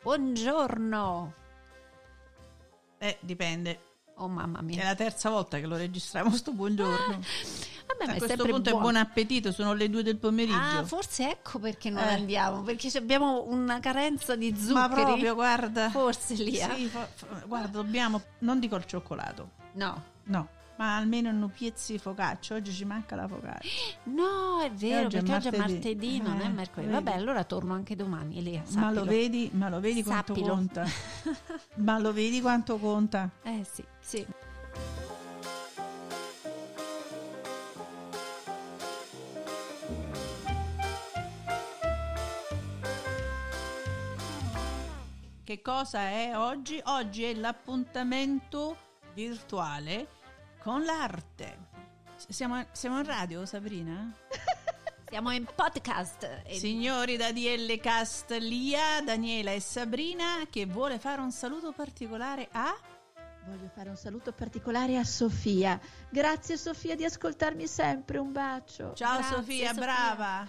Buongiorno. Dipende. Oh mamma mia. È la terza volta che lo registriamo sto buongiorno. Vabbè, ma a questo punto è buon appetito, sono le 2 del pomeriggio. Ah, forse ecco perché non andiamo, perché abbiamo una carenza di zuccheri. Ma proprio, guarda. Forse lì. Sì, guarda, dobbiamo, non dico il cioccolato. No, ma almeno un piezzi focaccia. Oggi ci manca la focaccia. No, è vero, perché oggi è martedì, non è mercoledì. Vedi. Vabbè, allora torno anche domani, Elia, Ma lo vedi quanto Sappilo. conta? Ma lo vedi quanto conta? Sì. Che cosa è oggi? Oggi è l'appuntamento virtuale con l'arte. Siamo in radio, Sabrina? Siamo in podcast. Signori da DL Cast, Lia, Daniela e Sabrina, che vuole fare un saluto particolare a... Voglio fare un saluto particolare a Sofia. Grazie Sofia di ascoltarmi sempre, un bacio. Ciao. Grazie, Sofia, Sofia. brava.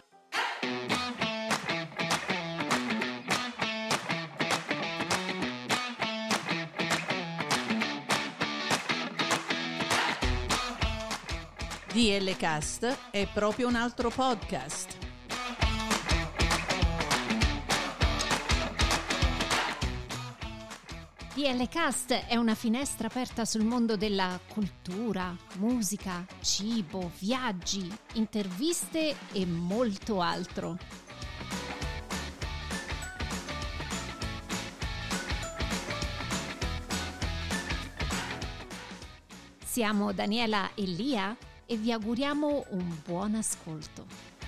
DL Cast è proprio un altro podcast. DL Cast è una finestra aperta sul mondo della cultura, musica, cibo, viaggi, interviste e molto altro. Siamo Daniela e Lia e vi auguriamo un buon ascolto.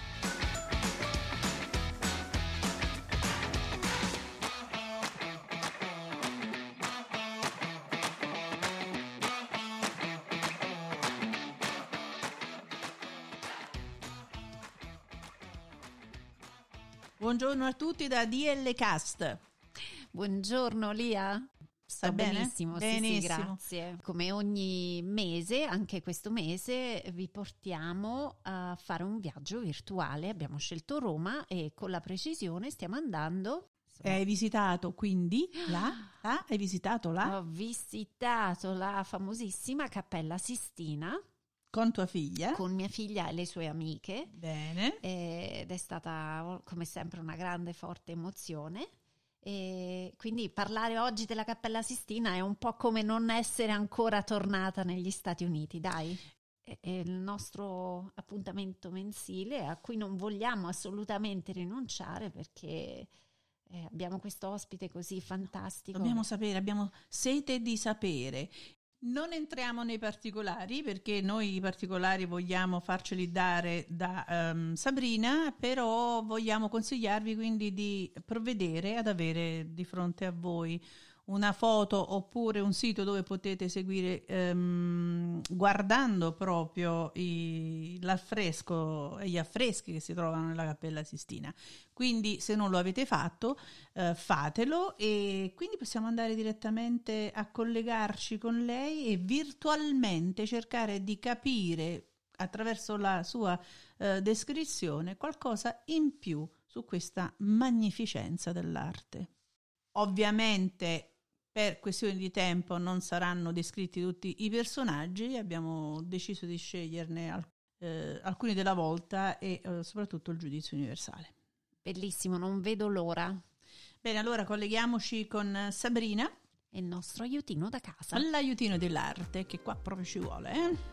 Buongiorno a tutti da DL Cast. Buongiorno Lia. Sta bene? Benissimo, Benissimo. Sì, grazie. Come ogni mese, anche questo mese, vi portiamo a fare un viaggio virtuale. Abbiamo scelto Roma e con la precisione stiamo andando... Hai visitato quindi Hai visitato Ho visitato la famosissima Cappella Sistina con tua figlia? con mia figlia e le sue amiche. Bene. Ed è stata come sempre una grande forte emozione. E quindi parlare oggi della Cappella Sistina è un po' come non essere ancora tornata negli Stati Uniti, dai. È il nostro appuntamento mensile a cui non vogliamo assolutamente rinunciare perché abbiamo questo ospite così fantastico. Dobbiamo sapere, abbiamo sete di sapere. Non entriamo nei particolari perché noi i particolari vogliamo farceli dare da Sabrina, però vogliamo consigliarvi quindi di provvedere ad avere di fronte a voi una foto oppure un sito dove potete seguire guardando proprio l'affresco e gli affreschi che si trovano nella Cappella Sistina. Quindi se non lo avete fatto, fatelo, e quindi possiamo andare direttamente a collegarci con lei e virtualmente cercare di capire attraverso la sua descrizione qualcosa in più su questa magnificenza dell'arte. Ovviamente per questioni di tempo non saranno descritti tutti i personaggi, abbiamo deciso di sceglierne alcuni della volta e soprattutto il giudizio universale. Bellissimo, non vedo l'ora. Bene, allora colleghiamoci con Sabrina. È il nostro aiutino da casa. L'aiutino dell'arte, che qua proprio ci vuole,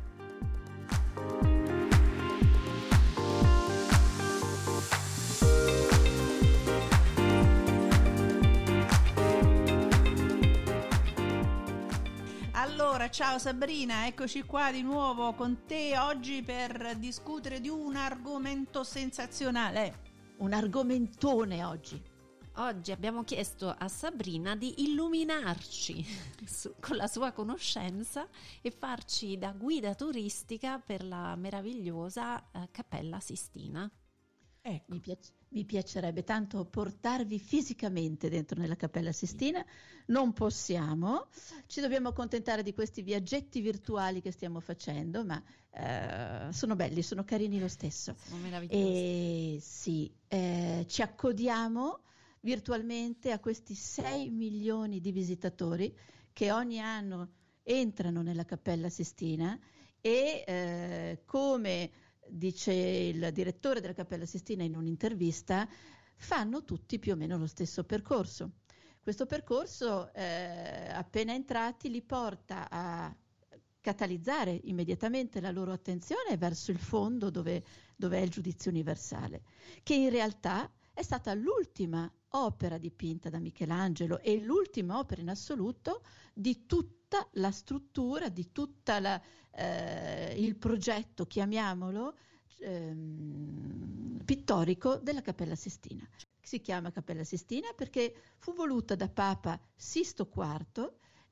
Allora, ciao Sabrina, eccoci qua di nuovo con te oggi per discutere di un argomento sensazionale. Un argomentone oggi. Oggi abbiamo chiesto a Sabrina di illuminarci con la sua conoscenza e farci da guida turistica per la meravigliosa Cappella Sistina. Ecco. Mi piacerebbe tanto portarvi fisicamente dentro nella Cappella Sistina, non possiamo, ci dobbiamo accontentare di questi viaggetti virtuali che stiamo facendo, ma sono belli, sono carini lo stesso. Sono meravigliosi. E sì, ci accodiamo virtualmente a questi 6 milioni di visitatori che ogni anno entrano nella Cappella Sistina e come dice il direttore della Cappella Sistina in un'intervista, fanno tutti più o meno lo stesso percorso. Questo percorso, appena entrati, li porta a catalizzare immediatamente la loro attenzione verso il fondo dove è il giudizio universale, che in realtà è stata l'ultima opera dipinta da Michelangelo e l'ultima opera in assoluto di tutta la struttura, di tutta il progetto, chiamiamolo, pittorico della Cappella Sistina. Si chiama Cappella Sistina perché fu voluta da Papa Sisto IV,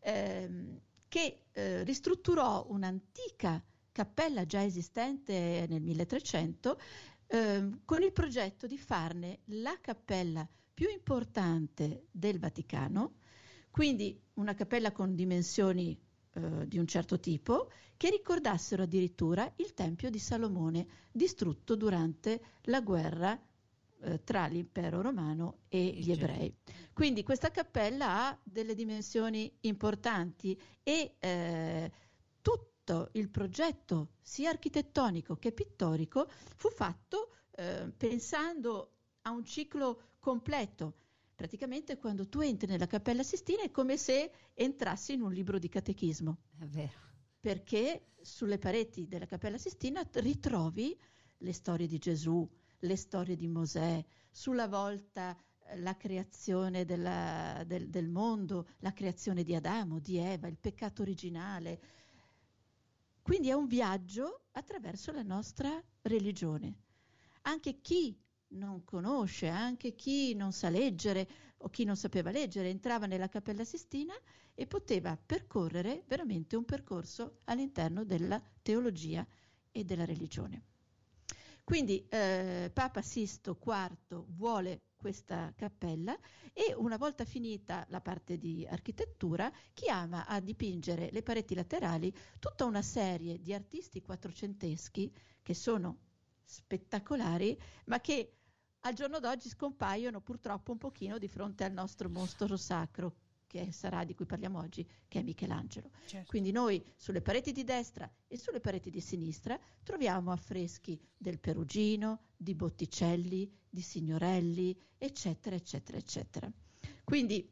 che ristrutturò un'antica cappella già esistente nel 1300 con il progetto di farne la cappella più importante del Vaticano, quindi una cappella con dimensioni di un certo tipo, che ricordassero addirittura il Tempio di Salomone distrutto durante la guerra tra l'impero romano e gli ebrei. Quindi questa cappella ha delle dimensioni importanti e tutto il progetto sia architettonico che pittorico fu fatto pensando a un ciclo completo. Praticamente quando tu entri nella Cappella Sistina è come se entrassi in un libro di catechismo. È vero. Perché sulle pareti della Cappella Sistina ritrovi le storie di Gesù, le storie di Mosè, sulla volta la creazione del mondo, la creazione di Adamo, di Eva, il peccato originale. Quindi è un viaggio attraverso la nostra religione. Anche chi non conosce, anche chi non sa leggere o chi non sapeva leggere, entrava nella Cappella Sistina e poteva percorrere veramente un percorso all'interno della teologia e della religione. Quindi Papa Sisto IV vuole questa cappella e una volta finita la parte di architettura chiama a dipingere le pareti laterali tutta una serie di artisti quattrocenteschi che sono spettacolari, ma che al giorno d'oggi scompaiono purtroppo un pochino di fronte al nostro mostro sacro, che sarà di cui parliamo oggi, che è Michelangelo. Certo. Quindi noi sulle pareti di destra e sulle pareti di sinistra troviamo affreschi del Perugino, di Botticelli, di Signorelli, eccetera, eccetera, eccetera. Quindi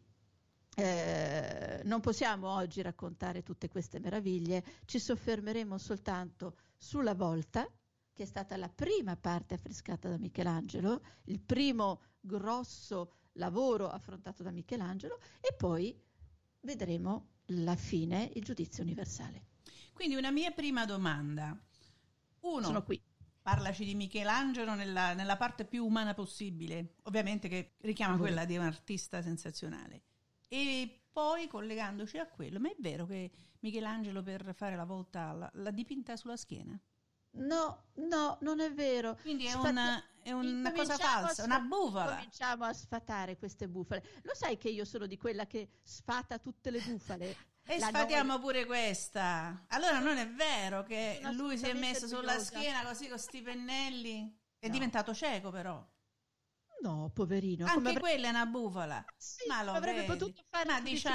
non possiamo oggi raccontare tutte queste meraviglie, ci soffermeremo soltanto sulla volta, che è stata la prima parte affrescata da Michelangelo, il primo grosso lavoro affrontato da Michelangelo, e poi vedremo la fine, il giudizio universale. Quindi una mia prima domanda. Sono qui. Parlaci di Michelangelo nella parte più umana possibile, ovviamente che richiama quella di un artista sensazionale. E poi collegandoci a quello, ma è vero che Michelangelo per fare la volta l'ha dipinta sulla schiena? No, non è vero. Quindi è una cosa falsa, una bufala. Cominciamo a sfatare queste bufale. Lo sai che io sono di quella che sfata tutte le bufale? E sfatiamo pure questa. Allora non è vero che lui si è messo sulla schiena così con sti pennelli? È diventato cieco però. No, poverino. Anche quella è una bufala. Sì, ma lo avrebbe vedi? potuto fare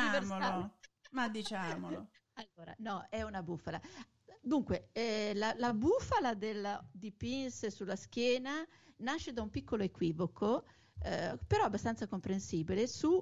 Ma diciamolo. Allora, no, è una bufala. Dunque, la bufala del dipinse sulla schiena nasce da un piccolo equivoco, però abbastanza comprensibile, su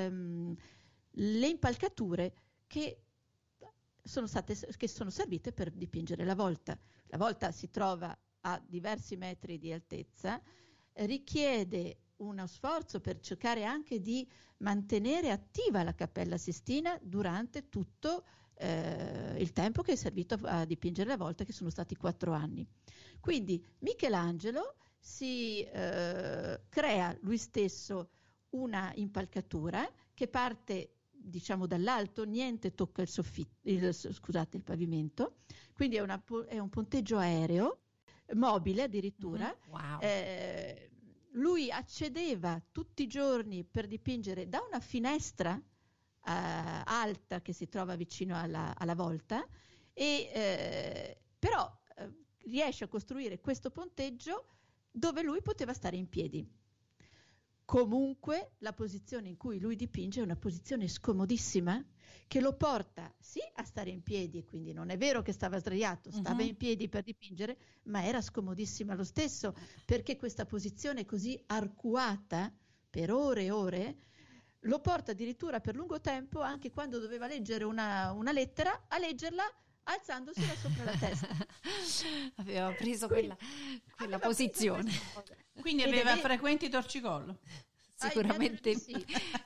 le impalcature che sono servite per dipingere la volta. La volta si trova a diversi metri di altezza, richiede uno sforzo per cercare anche di mantenere attiva la Cappella Sistina durante tutto il tempo che è servito a dipingere la volta, che sono stati 4 anni. Quindi Michelangelo si crea lui stesso una impalcatura che parte, diciamo, dall'alto, niente tocca il pavimento, quindi è un ponteggio aereo, mobile addirittura. Wow. Lui accedeva tutti i giorni per dipingere da una finestra alta che si trova vicino alla volta, e però riesce a costruire questo ponteggio dove lui poteva stare in piedi. Comunque la posizione in cui lui dipinge è una posizione scomodissima che lo porta sì a stare in piedi, e quindi non è vero che stava sdraiato, stava in piedi per dipingere, ma era scomodissima lo stesso, perché questa posizione così arcuata per ore e ore lo porta addirittura per lungo tempo, anche quando doveva leggere una lettera, a leggerla alzandosi da sopra la testa. Aveva preso quella posizione. Quindi aveva frequenti torcicollo. Sicuramente Sì.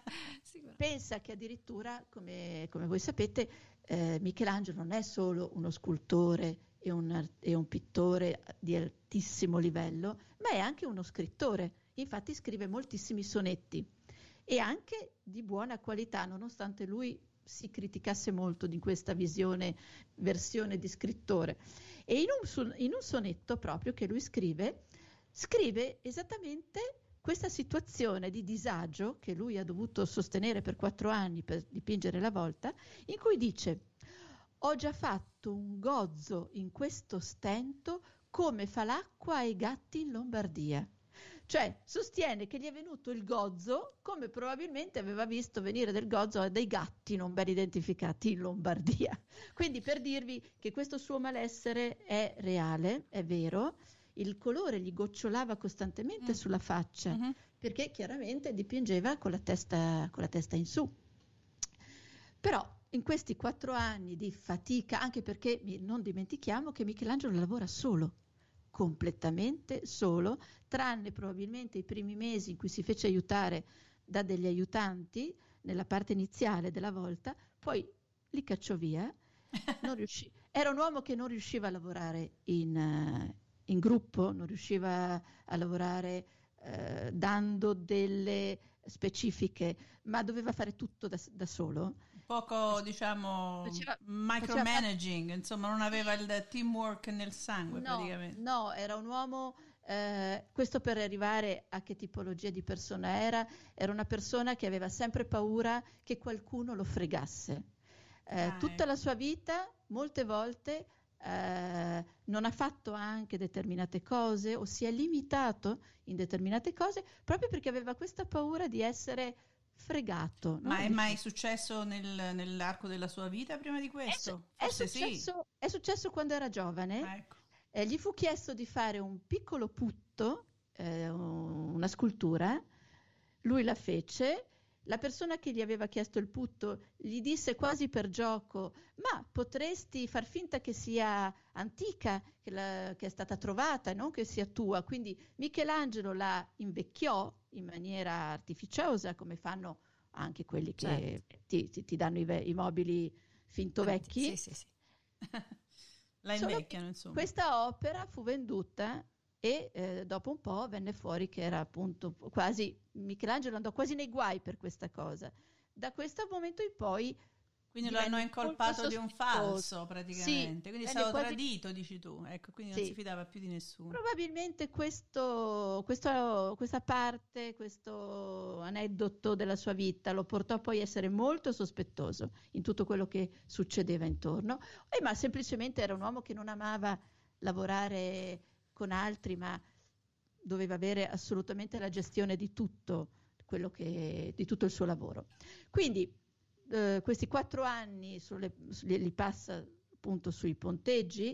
Pensa che addirittura, come voi sapete, Michelangelo non è solo uno scultore e un pittore di altissimo livello, ma è anche uno scrittore. Infatti scrive moltissimi sonetti e anche di buona qualità, nonostante lui si criticasse molto di questa versione di scrittore. E in un sonetto proprio che lui scrive esattamente questa situazione di disagio che lui ha dovuto sostenere per 4 anni per dipingere la volta, in cui dice: ho già fatto un gozzo in questo stento come fa l'acqua ai gatti in Lombardia. Cioè sostiene che gli è venuto il gozzo come probabilmente aveva visto venire del gozzo a dei gatti non ben identificati in Lombardia. Quindi per dirvi che questo suo malessere è reale, è vero. Il colore gli gocciolava costantemente sulla faccia, perché chiaramente dipingeva con la testa in su. Però in questi 4 anni di fatica, anche perché non dimentichiamo che Michelangelo lavora solo, completamente solo, tranne probabilmente i primi mesi in cui si fece aiutare da degli aiutanti nella parte iniziale della volta, poi li cacciò via. Era un uomo che non riusciva a lavorare in gruppo, non riusciva a lavorare dando delle specifiche, ma doveva fare tutto da solo. Poco, diciamo, micromanaging, insomma, non aveva il teamwork nel sangue praticamente. No, era un uomo, questo per arrivare a che tipologia di persona era una persona che aveva sempre paura che qualcuno lo fregasse. Tutta la sua vita, molte volte, non ha fatto anche determinate cose o si è limitato in determinate cose proprio perché aveva questa paura di essere fregato. Ma è mai successo nell'arco della sua vita prima di questo? È successo quando era giovane. Ecco. Gli fu chiesto di fare un piccolo putto, una scultura, lui la fece. La persona che gli aveva chiesto il putto gli disse quasi per gioco: ma potresti far finta che sia antica, che è stata trovata, non che sia tua. Quindi Michelangelo la invecchiò in maniera artificiosa, come fanno anche quelli che ti danno i mobili finto vecchi. Sì. La invecchiano, insomma. Questa opera fu venduta e dopo un po' venne fuori che era appunto quasi, Michelangelo andò quasi nei guai per questa cosa. Da questo momento in poi quindi lo hanno incolpato di un falso praticamente, sì, quindi è stato tradito, dici tu, ecco, quindi non si fidava più di nessuno. Probabilmente questa parte, questo aneddoto della sua vita lo portò poi a essere molto sospettoso in tutto quello che succedeva intorno, ma semplicemente era un uomo che non amava lavorare con altri, ma doveva avere assolutamente la gestione di tutto di tutto il suo lavoro. Quindi questi 4 anni li passa appunto sui ponteggi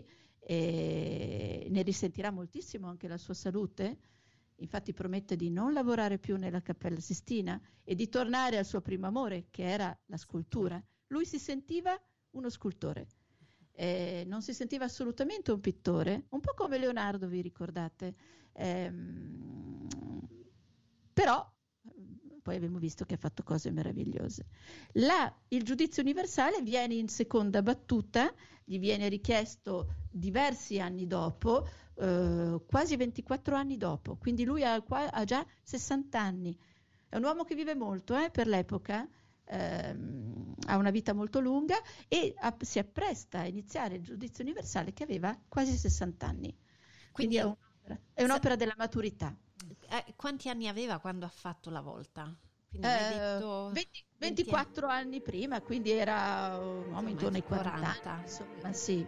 e ne risentirà moltissimo anche la sua salute. Infatti promette di non lavorare più nella Cappella Sistina e di tornare al suo primo amore, che era la scultura. Lui si sentiva uno scultore. Non si sentiva assolutamente un pittore, un po' come Leonardo, vi ricordate? Però poi abbiamo visto che ha fatto cose meravigliose. Il giudizio universale viene in seconda battuta, gli viene richiesto diversi anni dopo, quasi 24 anni dopo, quindi lui ha già 60 anni. È un uomo che vive molto per l'epoca. Ha una vita molto lunga e si appresta a iniziare il giudizio universale che aveva quasi 60 anni. Quindi è un'opera della maturità. Quanti anni aveva quando ha fatto la volta? Quindi hai detto 24 anni prima, quindi era un uomo intorno ai 40 anni. Insomma, sì.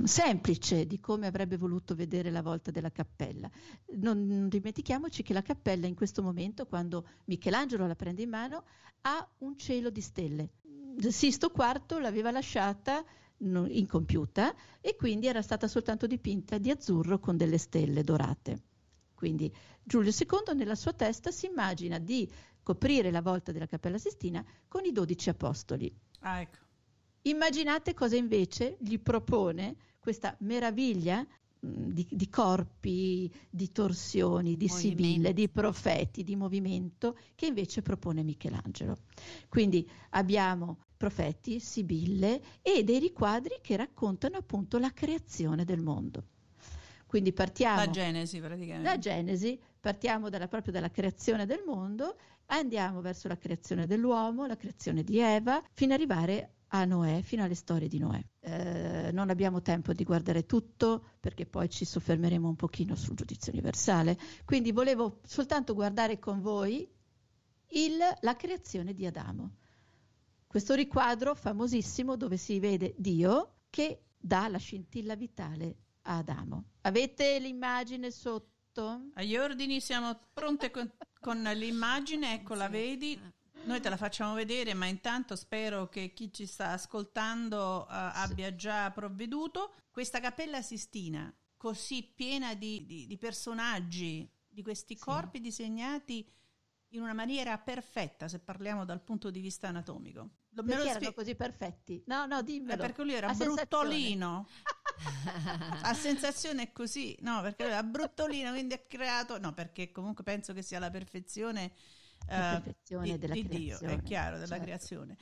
semplice di come avrebbe voluto vedere la volta della cappella. Non dimentichiamoci che la cappella in questo momento, quando Michelangelo la prende in mano, ha un cielo di stelle. Sisto IV l'aveva lasciata incompiuta e quindi era stata soltanto dipinta di azzurro con delle stelle dorate. Quindi Giulio II nella sua testa si immagina di coprire la volta della Cappella Sistina con i 12 apostoli. Ah, ecco. Immaginate cosa invece gli propone questa meraviglia di corpi, di torsioni, di sibille, di profeti, di movimento che invece propone Michelangelo. Quindi abbiamo profeti, sibille e dei riquadri che raccontano appunto la creazione del mondo. Quindi partiamo la Genesi praticamente. La Genesi, partiamo proprio dalla creazione del mondo, andiamo verso la creazione dell'uomo, la creazione di Eva, fino ad arrivare a Noè, fino alle storie di Noè. Non abbiamo tempo di guardare tutto perché poi ci soffermeremo un pochino sul giudizio universale, quindi volevo soltanto guardare con voi la creazione di Adamo. Questo riquadro famosissimo dove si vede Dio che dà la scintilla vitale a Adamo. Avete l'immagine sotto? Agli ordini, siamo pronte con l'immagine, ecco, la vedi? Noi te la facciamo vedere, ma intanto spero che chi ci sta ascoltando abbia già provveduto. Questa Cappella Sistina, così piena di personaggi, di questi corpi disegnati in una maniera perfetta, se parliamo dal punto di vista anatomico. Perché erano così perfetti? No, dimmelo. Perché lui era bruttolino. La sensazione è così, no, perché lui era bruttolino, quindi ha creato, no, perché comunque penso che sia la perfezione, della di creazione, Dio, è chiaro, della certo. creazione.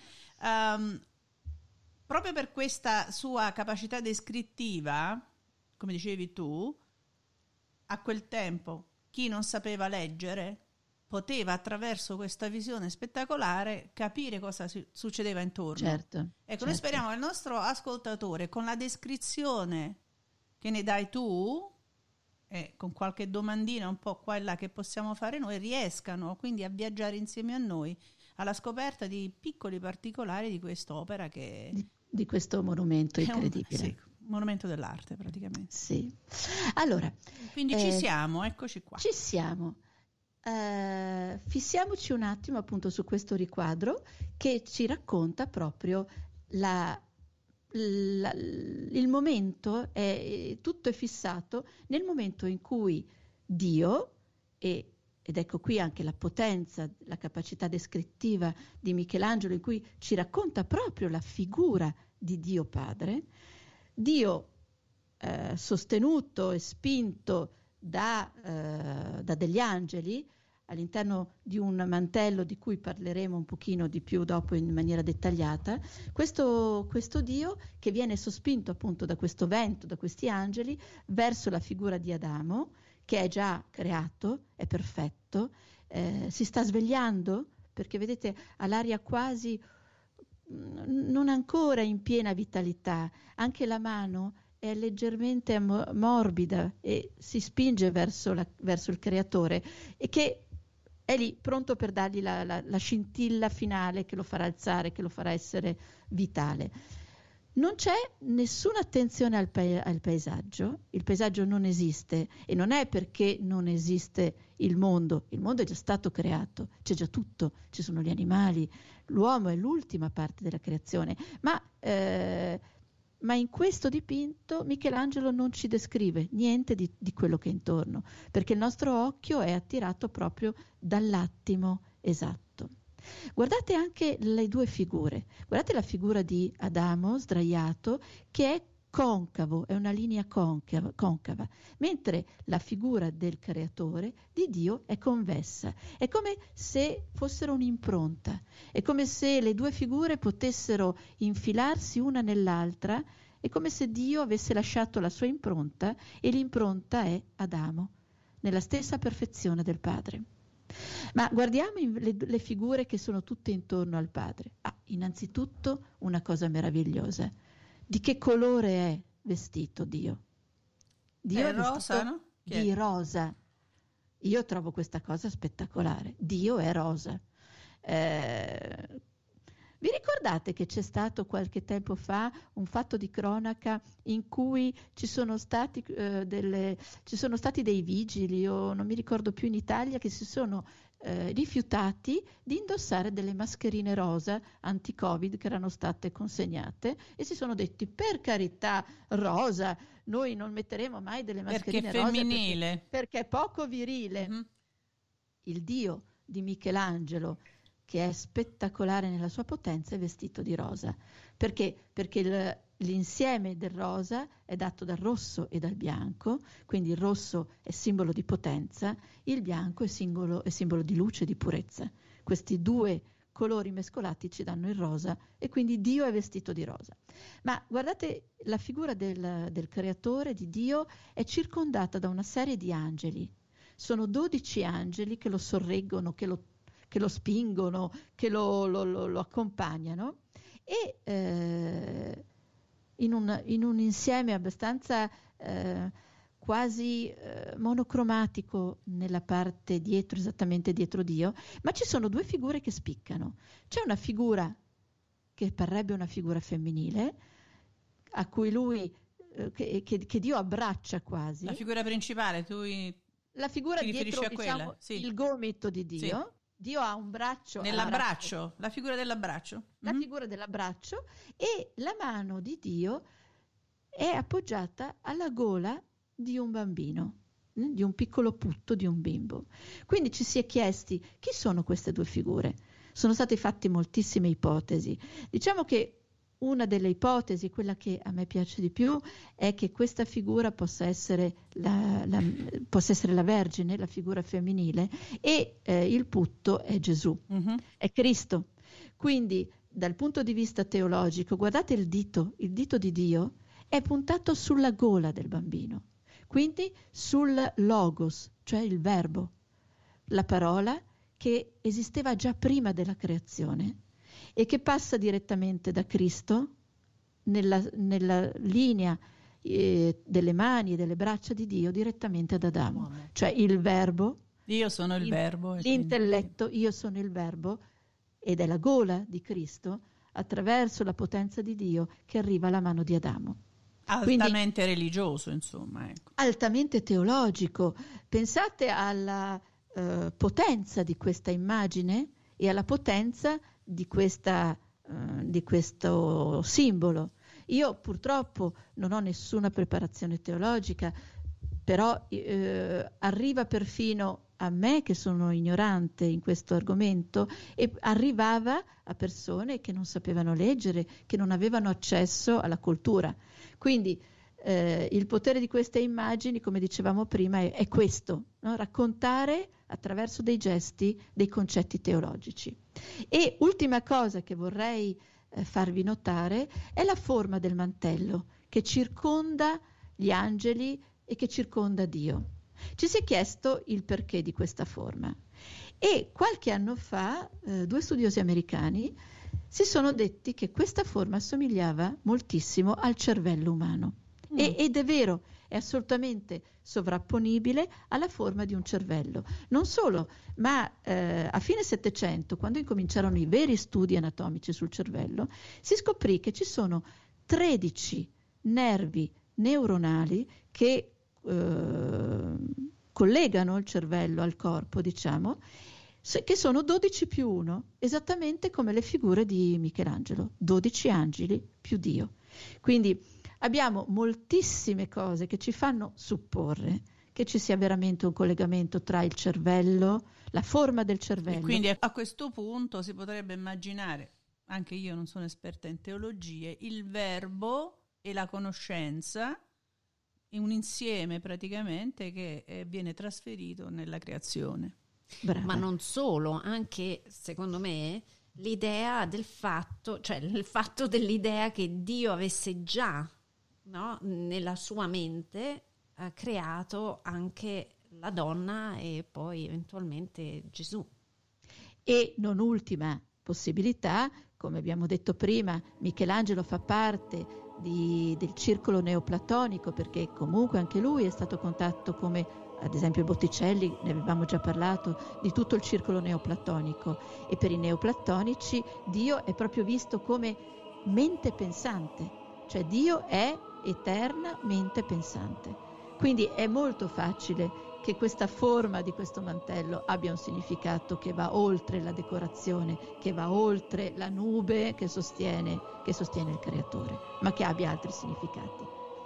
Proprio per questa sua capacità descrittiva, come dicevi tu, a quel tempo chi non sapeva leggere poteva attraverso questa visione spettacolare capire cosa succedeva intorno. Certo. Ecco, noi speriamo che il nostro ascoltatore, con la descrizione che ne dai tu, e con qualche domandina un po' qua e là che possiamo fare noi, riescano quindi a viaggiare insieme a noi alla scoperta di piccoli particolari di quest'opera che di questo monumento incredibile. Sì, monumento dell'arte praticamente. Sì. Allora, quindi ci siamo, eccoci qua. Ci siamo. Fissiamoci un attimo appunto su questo riquadro che ci racconta proprio il momento, tutto è fissato nel momento in cui Dio, ed ecco qui anche la potenza, la capacità descrittiva di Michelangelo, in cui ci racconta proprio la figura di Dio Padre, Dio sostenuto e spinto da degli angeli all'interno di un mantello di cui parleremo un pochino di più dopo in maniera dettagliata, questo Dio che viene sospinto appunto da questo vento, da questi angeli, verso la figura di Adamo, che è già creato, è perfetto, si sta svegliando, perché vedete ha l'aria quasi non ancora in piena vitalità, anche la mano è leggermente morbida e si spinge verso il creatore, e che è lì pronto per dargli la scintilla finale che lo farà alzare, che lo farà essere vitale. Non c'è nessuna attenzione al paesaggio, il paesaggio non esiste, e non è perché non esiste il mondo è già stato creato, c'è già tutto, ci sono gli animali, l'uomo è l'ultima parte della creazione, ma in questo dipinto Michelangelo non ci descrive niente di quello che è intorno, perché il nostro occhio è attirato proprio dall'attimo esatto. Guardate anche le due figure, guardate la figura di Adamo sdraiato che è concavo, è una linea concava, mentre la figura del creatore di Dio è convessa, è come se fossero un'impronta, è come se le due figure potessero infilarsi una nell'altra, è come se Dio avesse lasciato la sua impronta e l'impronta è Adamo, nella stessa perfezione del Padre. Ma guardiamo le figure che sono tutte intorno al Padre. Innanzitutto una cosa meravigliosa. Di che colore è vestito Dio? Dio è rosa, no? Di rosa. Io trovo questa cosa spettacolare. Dio è rosa. Vi ricordate che c'è stato qualche tempo fa un fatto di cronaca in cui ci sono stati dei vigili, o non mi ricordo più, in Italia, che si sono rifiutati di indossare delle mascherine rosa anti-Covid che erano state consegnate, e si sono detti: per carità, rosa, noi non metteremo mai delle mascherine perché rosa femminile, perché è poco virile. Mm-hmm. Il Dio di Michelangelo, che è spettacolare nella sua potenza, è vestito di rosa. Perché l'insieme del rosa è dato dal rosso e dal bianco, quindi il rosso è simbolo di potenza, il bianco è simbolo di luce e di purezza. Questi due colori mescolati ci danno il rosa, e quindi Dio è vestito di rosa. Ma guardate, la figura del creatore, di Dio, è circondata da una serie di angeli. Sono 12 angeli che lo sorreggono, che lo spingono, che lo accompagnano, e in un insieme abbastanza quasi monocromatico nella parte dietro, esattamente dietro Dio, ma ci sono due figure che spiccano. C'è una figura che parrebbe una figura femminile, a cui lui, che Dio abbraccia quasi. La figura principale, la figura ti dietro, riferisci a quella? Sì. il gomito di Dio. Sì. Dio ha un braccio nell'abbraccio, la figura dell'abbraccio. La figura dell'abbraccio, e la mano di Dio è appoggiata alla gola di un bambino, di un piccolo putto, di un bimbo. Quindi ci si è chiesti: chi sono queste due figure? Sono state fatte moltissime ipotesi. Diciamo che una delle ipotesi, quella che a me piace di più, è che questa figura possa essere la Vergine, la figura femminile, e il putto è Gesù, è Cristo. Quindi dal punto di vista teologico, guardate il dito di Dio è puntato sulla gola del bambino, quindi sul logos, cioè il verbo, la parola che esisteva già prima della creazione e che passa direttamente da Cristo nella linea delle mani e delle braccia di Dio direttamente ad Adamo. Cioè il verbo, io sono il verbo, l'intelletto, io sono il verbo, ed è la gola di Cristo attraverso la potenza di Dio che arriva alla mano di Adamo. Altamente religioso, insomma, ecco. Altamente teologico. Pensate alla potenza di questa immagine e alla potenza di questo simbolo. Io purtroppo non ho nessuna preparazione teologica, però arriva perfino a me, che sono ignorante in questo argomento, e arrivava a persone che non sapevano leggere, che non avevano accesso alla cultura. Quindi il potere di queste immagini, come dicevamo prima, è questo, no? Raccontare attraverso dei gesti dei concetti teologici. E ultima cosa che vorrei farvi notare è la forma del mantello che circonda gli angeli e che circonda Dio. Ci si è chiesto il perché di questa forma, e qualche anno fa 2 studiosi americani si sono detti che questa forma assomigliava moltissimo al cervello umano. Ed è vero, è assolutamente sovrapponibile alla forma di un cervello. Non solo, ma a fine Settecento, quando incominciarono i veri studi anatomici sul cervello, si scoprì che ci sono 13 nervi neuronali che collegano il cervello al corpo, diciamo, che sono 12 più 1, esattamente come le figure di Michelangelo, 12 angeli più Dio. Quindi abbiamo moltissime cose che ci fanno supporre che ci sia veramente un collegamento tra il cervello, la forma del cervello. E quindi a questo punto si potrebbe immaginare, anche io non sono esperta in teologie, il verbo e la conoscenza in un insieme praticamente che viene trasferito nella creazione. Brava. Ma non solo, anche secondo me l'idea del fatto, cioè il fatto dell'idea che Dio avesse già, no, nella sua mente creato anche la donna e poi eventualmente Gesù. E non ultima possibilità, come abbiamo detto prima, Michelangelo fa parte del circolo neoplatonico, perché comunque anche lui è stato contatto come ad esempio Botticelli, ne avevamo già parlato, di tutto il circolo neoplatonico, e per i neoplatonici Dio è proprio visto come mente pensante, cioè Dio è eterna mente pensante. Quindi è molto facile che questa forma di questo mantello abbia un significato che va oltre la decorazione, che va oltre la nube che sostiene il creatore, ma che abbia altri significati.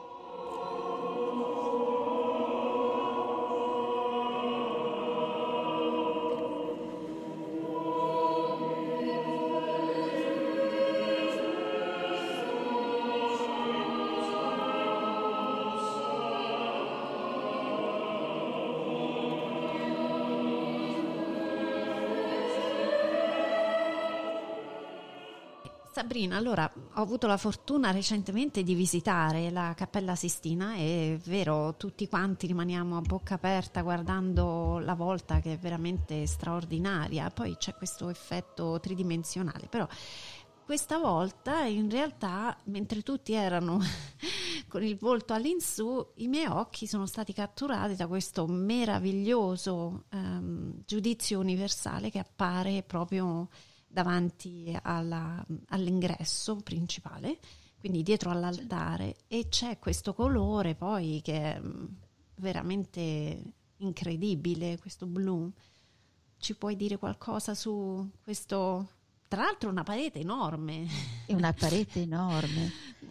Sabrina, allora ho avuto la fortuna recentemente di visitare la Cappella Sistina, e è vero, tutti quanti rimaniamo a bocca aperta guardando la volta, che è veramente straordinaria, poi c'è questo effetto tridimensionale, però questa volta in realtà, mentre tutti erano con il volto all'insù, i miei occhi sono stati catturati da questo meraviglioso giudizio universale che appare proprio davanti all'ingresso principale, quindi dietro all'altare, e c'è questo colore poi che è veramente incredibile, questo blu. Ci puoi dire qualcosa su questo? Tra l'altro una parete enorme. È una parete enorme,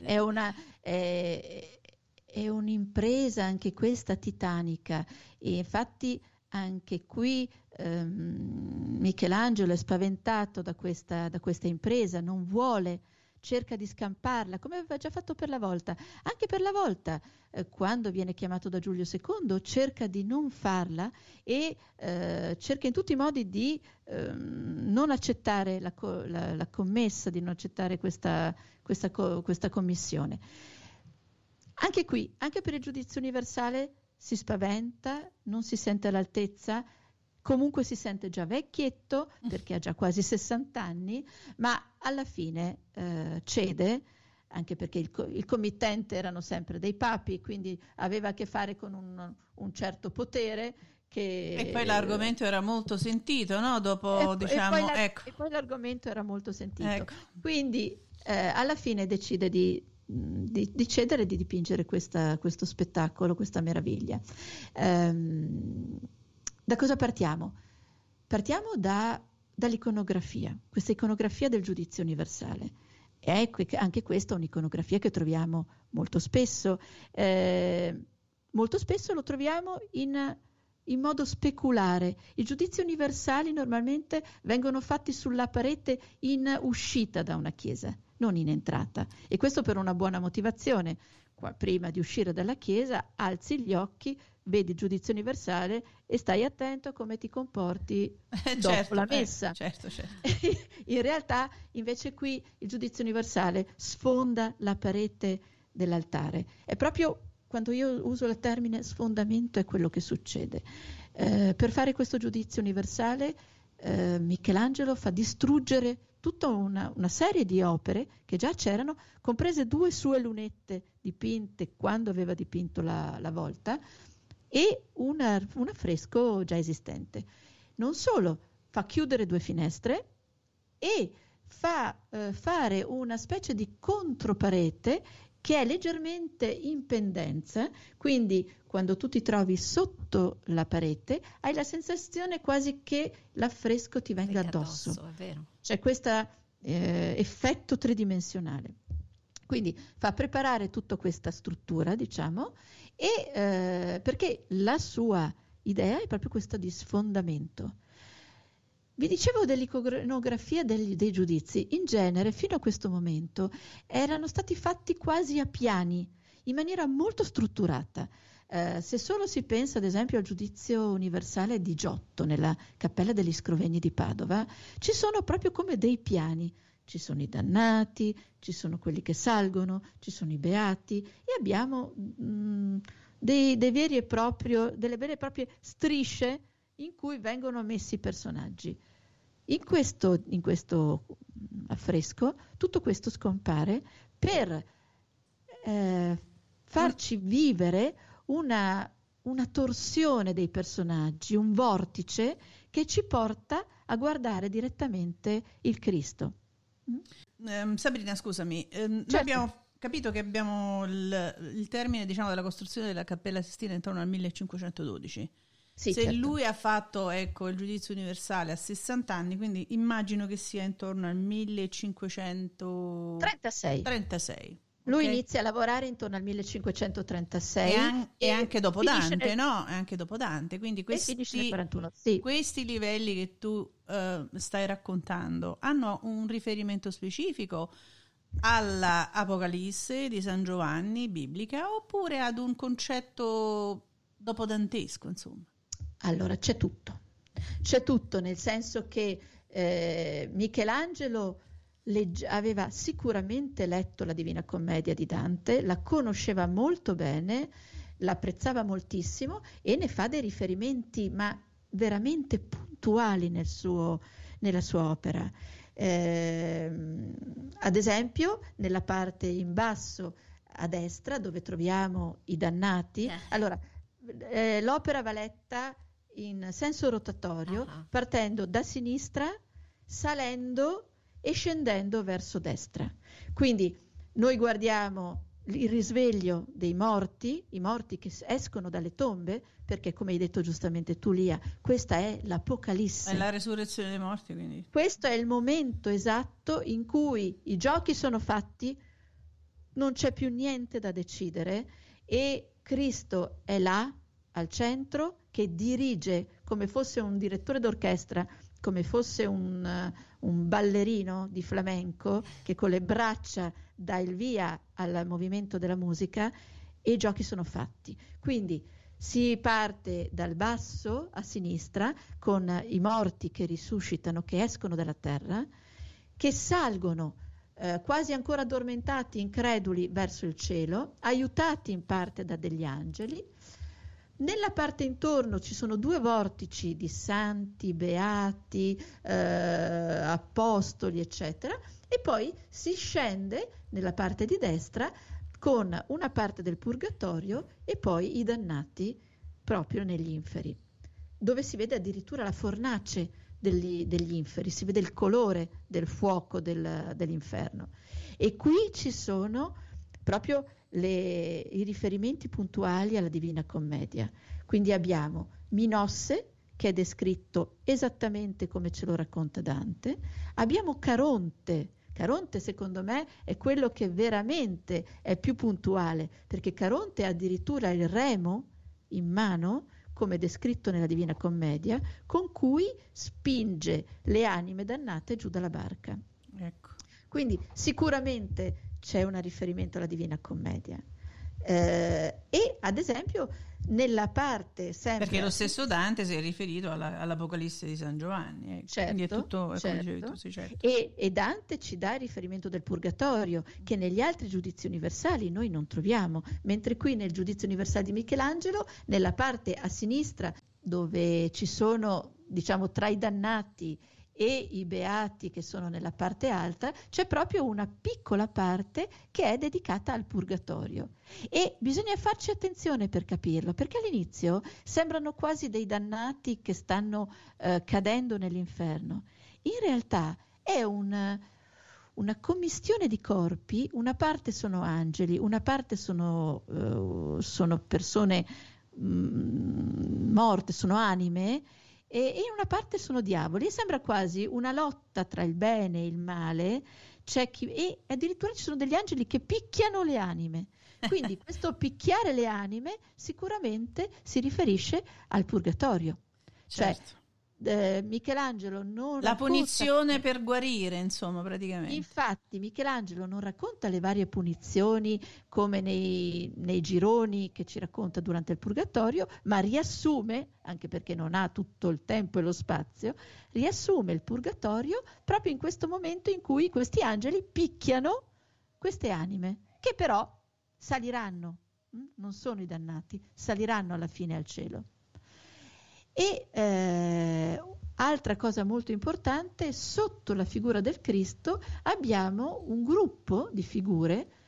è un'impresa anche questa titanica, e infatti anche qui Michelangelo è spaventato da questa impresa, non vuole, cerca di scamparla, come aveva già fatto per la volta. Anche per la volta, quando viene chiamato da Giulio II, cerca di non farla e cerca in tutti i modi di non accettare la commessa, di non accettare questa commissione. Anche qui, anche per il giudizio universale, si spaventa, non si sente all'altezza, comunque si sente già vecchietto perché ha già quasi 60 anni, ma alla fine cede, anche perché il committente erano sempre dei papi, quindi aveva a che fare con un certo potere. E poi l'argomento era molto sentito, no? Dopo, ecco. E poi l'argomento era molto sentito. Ecco. Quindi alla fine decide di cedere e di dipingere questo spettacolo, questa meraviglia. Da cosa partiamo? Partiamo dall'iconografia, questa iconografia del giudizio universale. E anche questa è un'iconografia che troviamo molto spesso. Molto spesso lo troviamo in modo speculare. I giudizi universali normalmente vengono fatti sulla parete in uscita da una chiesa, non in entrata, e questo per una buona motivazione. Prima di uscire dalla chiesa alzi gli occhi, vedi il giudizio universale e stai attento a come ti comporti dopo la messa. Certo. In realtà invece qui il giudizio universale sfonda la parete dell'altare. È proprio, quando io uso il termine sfondamento, è quello che succede. Per fare questo giudizio universale Michelangelo fa distruggere tutta una serie di opere che già c'erano, comprese 2 sue lunette dipinte quando aveva dipinto la volta, e un affresco già esistente. Non solo, fa chiudere 2 finestre e fa fare una specie di controparete che è leggermente in pendenza, quindi quando tu ti trovi sotto la parete hai la sensazione quasi che l'affresco ti venga addosso. È vero. C'è questo effetto tridimensionale. Quindi fa preparare tutta questa struttura, diciamo, e perché la sua idea è proprio questa di sfondamento. Vi dicevo dell'iconografia dei giudizi. In genere, fino a questo momento, erano stati fatti quasi a piani, in maniera molto strutturata. Se solo si pensa, ad esempio, al giudizio universale di Giotto, nella Cappella degli Scrovegni di Padova, ci sono proprio come dei piani. Ci sono i dannati, ci sono quelli che salgono, ci sono i beati, e abbiamo delle vere e proprie strisce in cui vengono messi i personaggi. In questo affresco tutto questo scompare per farci vivere una una torsione dei personaggi, un vortice che ci porta a guardare direttamente il Cristo. Sabrina, scusami, noi Certo. abbiamo capito che abbiamo il termine, diciamo, della costruzione della Cappella Sistina intorno al 1512. Sì, Se certo. lui ha fatto, ecco, il giudizio universale a 60 anni, quindi immagino che sia intorno al 1536. 36. Lui inizia a lavorare intorno al 1536 e anche dopo finisce Dante, no? E anche dopo Dante, quindi finisce nel 41. Sì. questi livelli che tu stai raccontando hanno un riferimento specifico alla Apocalisse di San Giovanni biblica, oppure ad un concetto dopodantesco, insomma? Allora, c'è tutto, nel senso che Michelangelo aveva sicuramente letto la Divina Commedia di Dante, la conosceva molto bene, l'apprezzava moltissimo e ne fa dei riferimenti, ma veramente puntuali nella sua opera. Ad esempio, nella parte in basso a destra, dove troviamo i dannati, allora l'opera va letta in senso rotatorio, partendo da sinistra, salendo e scendendo verso destra. Quindi noi guardiamo il risveglio dei morti, i morti che escono dalle tombe, perché come hai detto giustamente tu, Lia, questa è l'Apocalisse. È la resurrezione dei morti, quindi. Questo è il momento esatto in cui i giochi sono fatti, non c'è più niente da decidere e Cristo è là, al centro, che dirige come fosse un direttore d'orchestra, come fosse un ballerino di flamenco che con le braccia dà il via al movimento della musica e i giochi sono fatti. Quindi si parte dal basso a sinistra con i morti che risuscitano, che escono dalla terra, che salgono quasi ancora addormentati, increduli, verso il cielo, aiutati in parte da degli angeli. Nella parte intorno ci sono due vortici di santi, beati, apostoli, eccetera, e poi si scende nella parte di destra con una parte del purgatorio e poi i dannati proprio negli inferi, dove si vede addirittura la fornace degli inferi, si vede il colore del fuoco dell'inferno. E qui ci sono proprio i riferimenti puntuali alla Divina Commedia. Quindi abbiamo Minosse, che è descritto esattamente come ce lo racconta Dante, abbiamo Caronte. Caronte secondo me è quello che veramente è più puntuale, perché Caronte ha addirittura il remo in mano, come descritto nella Divina Commedia, con cui spinge le anime dannate giù dalla barca. Ecco. Quindi sicuramente c'è un riferimento alla Divina Commedia. E ad esempio nella parte sempre... Perché lo stesso Dante si è riferito all'Apocalisse di San Giovanni. Certo, quindi è tutto, certo. Sì, certo. E Dante ci dà il riferimento del purgatorio, che negli altri giudizi universali noi non troviamo, mentre qui nel giudizio universale di Michelangelo, nella parte a sinistra, dove ci sono, diciamo, tra i dannati e i beati che sono nella parte alta, c'è proprio una piccola parte che è dedicata al purgatorio e bisogna farci attenzione per capirlo, perché all'inizio sembrano quasi dei dannati che stanno cadendo nell'inferno. In realtà è una commistione di corpi, una parte sono angeli, una parte sono persone morte, sono anime, e in una parte sono diavoli, e sembra quasi una lotta tra il bene e il male, e addirittura ci sono degli angeli che picchiano le anime. Quindi questo picchiare le anime sicuramente si riferisce al purgatorio. Certo. Cioè Michelangelo non la racconta... punizione per guarire, insomma, praticamente. Infatti Michelangelo non racconta le varie punizioni come nei gironi che ci racconta durante il purgatorio, ma riassume, anche perché non ha tutto il tempo e lo spazio, riassume il purgatorio proprio in questo momento in cui questi angeli picchiano queste anime, che però saliranno, non sono i dannati, saliranno alla fine al cielo. E altra cosa molto importante, sotto la figura del Cristo abbiamo un gruppo di figure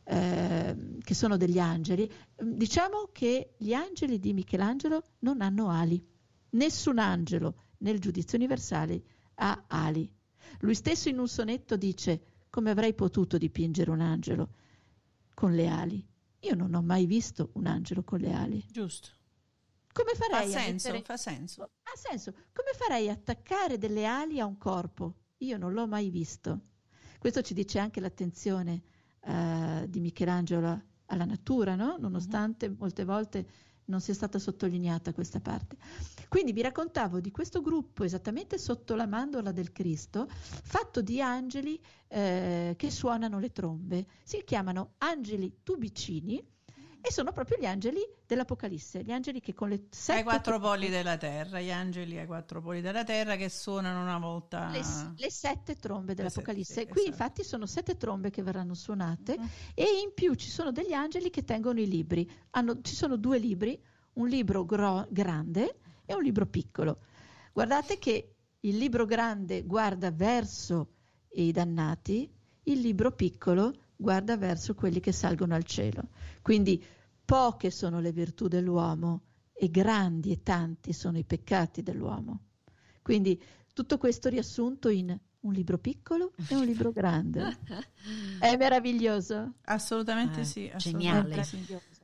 che sono degli angeli. Diciamo che gli angeli di Michelangelo non hanno ali. Nessun angelo nel giudizio universale ha ali. Lui stesso in un sonetto dice: come avrei potuto dipingere un angelo con le ali? Io non ho mai visto un angelo con le ali. Giusto. Come farei Fa senso. Ha senso. Come farei a attaccare delle ali a un corpo? Io non l'ho mai visto. Questo ci dice anche l'attenzione di Michelangelo alla natura, no? Nonostante molte volte non sia stata sottolineata questa parte. Quindi vi raccontavo di questo gruppo esattamente sotto la mandorla del Cristo, fatto di angeli che suonano le trombe. Si chiamano angeli tubicini e sono proprio gli angeli dell'Apocalisse, gli angeli che con le ai 4 poli della terra, gli angeli ai 4 poli della terra che suonano una volta le 7 trombe dell'Apocalisse. Qui esatto. Infatti sono 7 trombe che verranno suonate e in più ci sono degli angeli che tengono i libri. Ci sono 2 libri, un libro grande e un libro piccolo. Guardate che il libro grande guarda verso i dannati, il libro piccolo guarda verso quelli che salgono al cielo. Quindi poche sono le virtù dell'uomo e grandi e tanti sono i peccati dell'uomo. Quindi tutto questo riassunto in un libro piccolo e un libro grande. È meraviglioso? Assolutamente sì. Geniale. Assolutamente sì.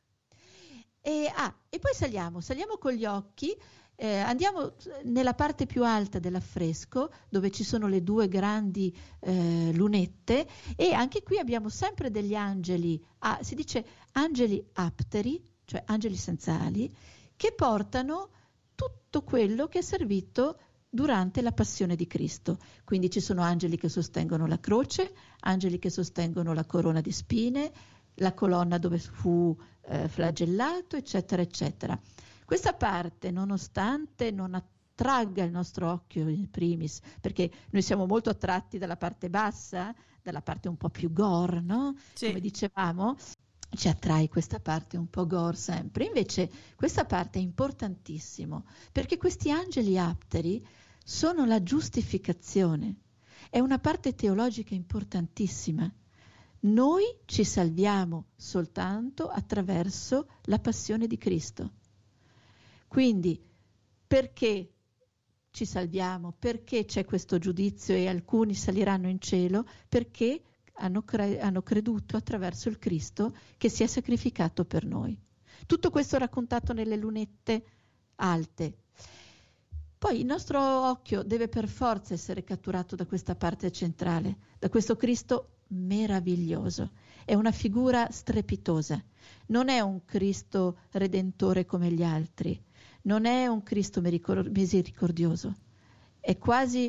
E poi saliamo con gli occhi. Andiamo nella parte più alta dell'affresco dove ci sono le 2 grandi lunette e anche qui abbiamo sempre degli angeli, si dice angeli apteri, cioè angeli senza ali, che portano tutto quello che è servito durante la passione di Cristo. Quindi ci sono angeli che sostengono la croce, angeli che sostengono la corona di spine, la colonna dove fu flagellato, eccetera, eccetera. Questa parte, nonostante non attragga il nostro occhio in primis, perché noi siamo molto attratti dalla parte bassa, dalla parte un po' più gore, no? Sì. Come dicevamo, ci attrae questa parte un po' gore sempre. Invece questa parte è importantissimo, perché questi angeli apteri sono la giustificazione. È una parte teologica importantissima. Noi ci salviamo soltanto attraverso la passione di Cristo. Quindi, perché ci salviamo? Perché c'è questo giudizio e alcuni saliranno in cielo? Perché hanno creduto attraverso il Cristo che si è sacrificato per noi. Tutto questo raccontato nelle lunette alte. Poi il nostro occhio deve per forza essere catturato da questa parte centrale, da questo Cristo meraviglioso. È una figura strepitosa. Non è un Cristo redentore come gli altri. Non è un Cristo misericordioso, è quasi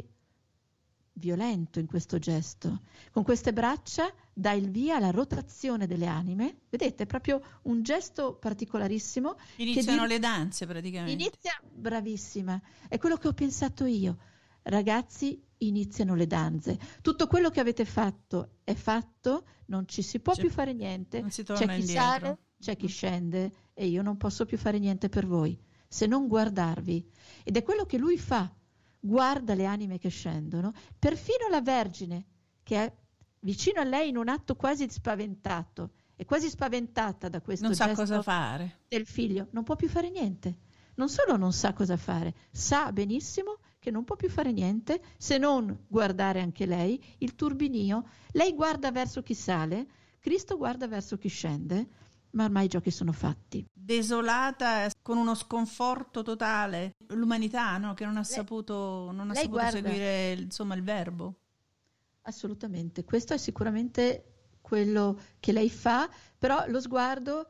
violento in questo gesto. Con queste braccia dà il via alla rotazione delle anime. Vedete, è proprio un gesto particolarissimo. Iniziano le danze praticamente. Bravissima, è quello che ho pensato io. Ragazzi, iniziano le danze. Tutto quello che avete fatto è fatto, non ci si può più fare niente. Non si torna c'è chi indietro. Sale, c'è chi scende e io non posso più fare niente per voi se non guardarvi. Ed è quello che lui fa, guarda le anime che scendono, perfino la Vergine che è vicino a lei in un atto quasi spaventato, è quasi spaventata da questo gesto, non sa cosa fare del figlio, non può più fare niente. Non solo non sa cosa fare, sa benissimo che non può più fare niente se non guardare anche lei il turbinio. Lei guarda verso chi sale, Cristo guarda verso chi scende, ma ormai i giochi sono fatti. Desolata, con uno sconforto totale, l'umanità, no? Che non ha saputo seguire il verbo. Assolutamente, questo è sicuramente quello che lei fa, però lo sguardo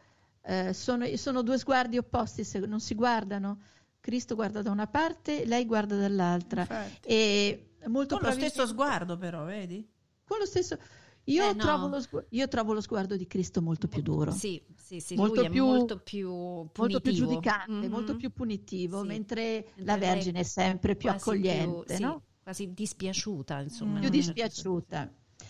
sono 2 sguardi opposti, se non si guardano. Cristo guarda da una parte, lei guarda dall'altra. Infatti. E molto con lo stesso sguardo però, vedi? Con lo stesso. Io trovo lo sguardo di Cristo molto più duro. Sì, molto lui è molto più punitivo. Molto più giudicante, molto più punitivo, mentre la Vergine è sempre più accogliente, no? Quasi dispiaciuta, insomma. Più dispiaciuta.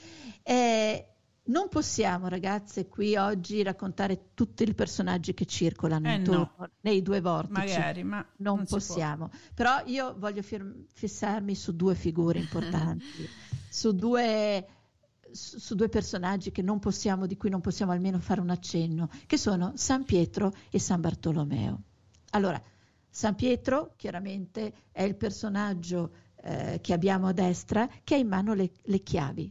Non possiamo, ragazze, qui oggi raccontare tutti i personaggi che circolano intorno nei 2 vortici. Magari, ma non possiamo. Però io voglio fissarmi su 2 figure importanti, su 2 su due personaggi di cui non possiamo almeno fare un accenno, che sono San Pietro e San Bartolomeo. Allora, San Pietro chiaramente è il personaggio che abbiamo a destra, che ha in mano le chiavi.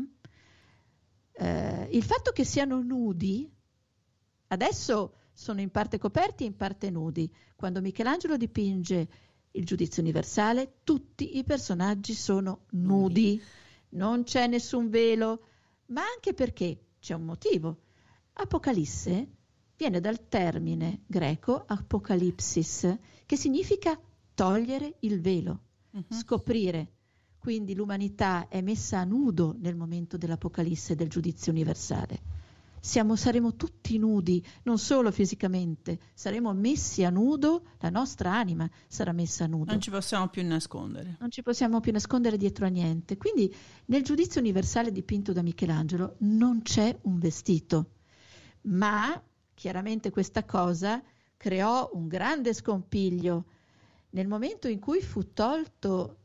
Il fatto che siano nudi, adesso sono in parte coperti e in parte nudi. Quando Michelangelo dipinge il Giudizio universale, tutti i personaggi sono nudi. Non c'è nessun velo, ma anche perché c'è un motivo. Apocalisse viene dal termine greco apocalipsis, che significa togliere il velo, scoprire. Quindi l'umanità è messa a nudo nel momento dell'Apocalisse, del Giudizio universale. Saremo tutti nudi, non solo fisicamente, saremo messi a nudo, la nostra anima sarà messa a nudo. Non ci possiamo più nascondere. Non ci possiamo più nascondere dietro a niente. Quindi nel Giudizio universale dipinto da Michelangelo non c'è un vestito, ma chiaramente questa cosa creò un grande scompiglio. Nel momento in cui fu tolto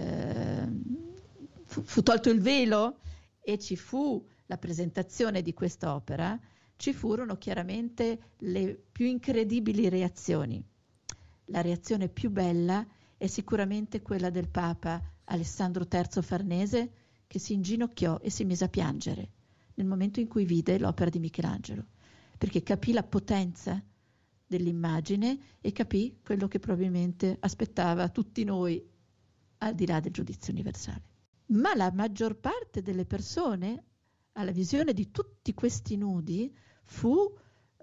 il velo e ci fu la presentazione di quest'opera, ci furono chiaramente le più incredibili reazioni. La reazione più bella è sicuramente quella del Papa Alessandro III Farnese, che si inginocchiò e si mise a piangere nel momento in cui vide l'opera di Michelangelo, perché capì la potenza dell'immagine e capì quello che probabilmente aspettava tutti noi al di là del Giudizio universale. Ma la maggior parte delle persone alla visione di tutti questi nudi fu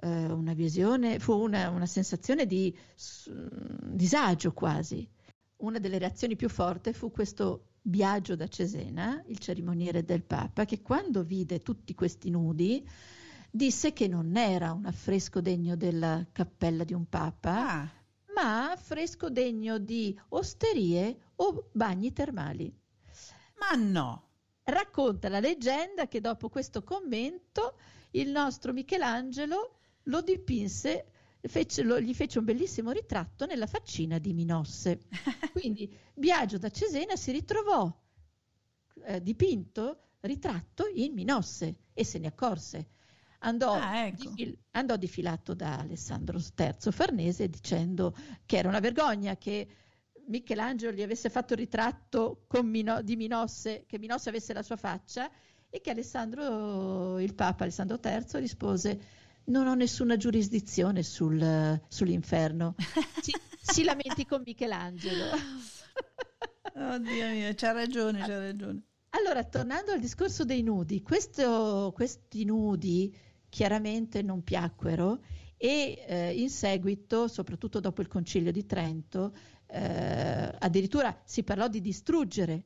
una sensazione di disagio quasi. Una delle reazioni più forti fu questo Biagio da Cesena, il cerimoniere del Papa, che quando vide tutti questi nudi disse che non era un affresco degno della cappella di un Papa, ma affresco degno di osterie o bagni termali. Ma no! Racconta la leggenda che dopo questo commento il nostro Michelangelo lo dipinse, gli fece un bellissimo ritratto nella faccina di Minosse. Quindi Biagio da Cesena si ritrovò dipinto, ritratto in Minosse e se ne accorse. Andò difilato da Alessandro III Farnese dicendo che era una vergogna che Michelangelo gli avesse fatto il ritratto di Minosse, che Minosse avesse la sua faccia, e che il Papa Alessandro III rispose: non ho nessuna giurisdizione sull'inferno, si lamenti con Michelangelo. Oddio mio, c'ha ragione. Allora, tornando al discorso dei nudi, questi nudi chiaramente non piacquero e in seguito, soprattutto dopo il Concilio di Trento, addirittura si parlò di distruggere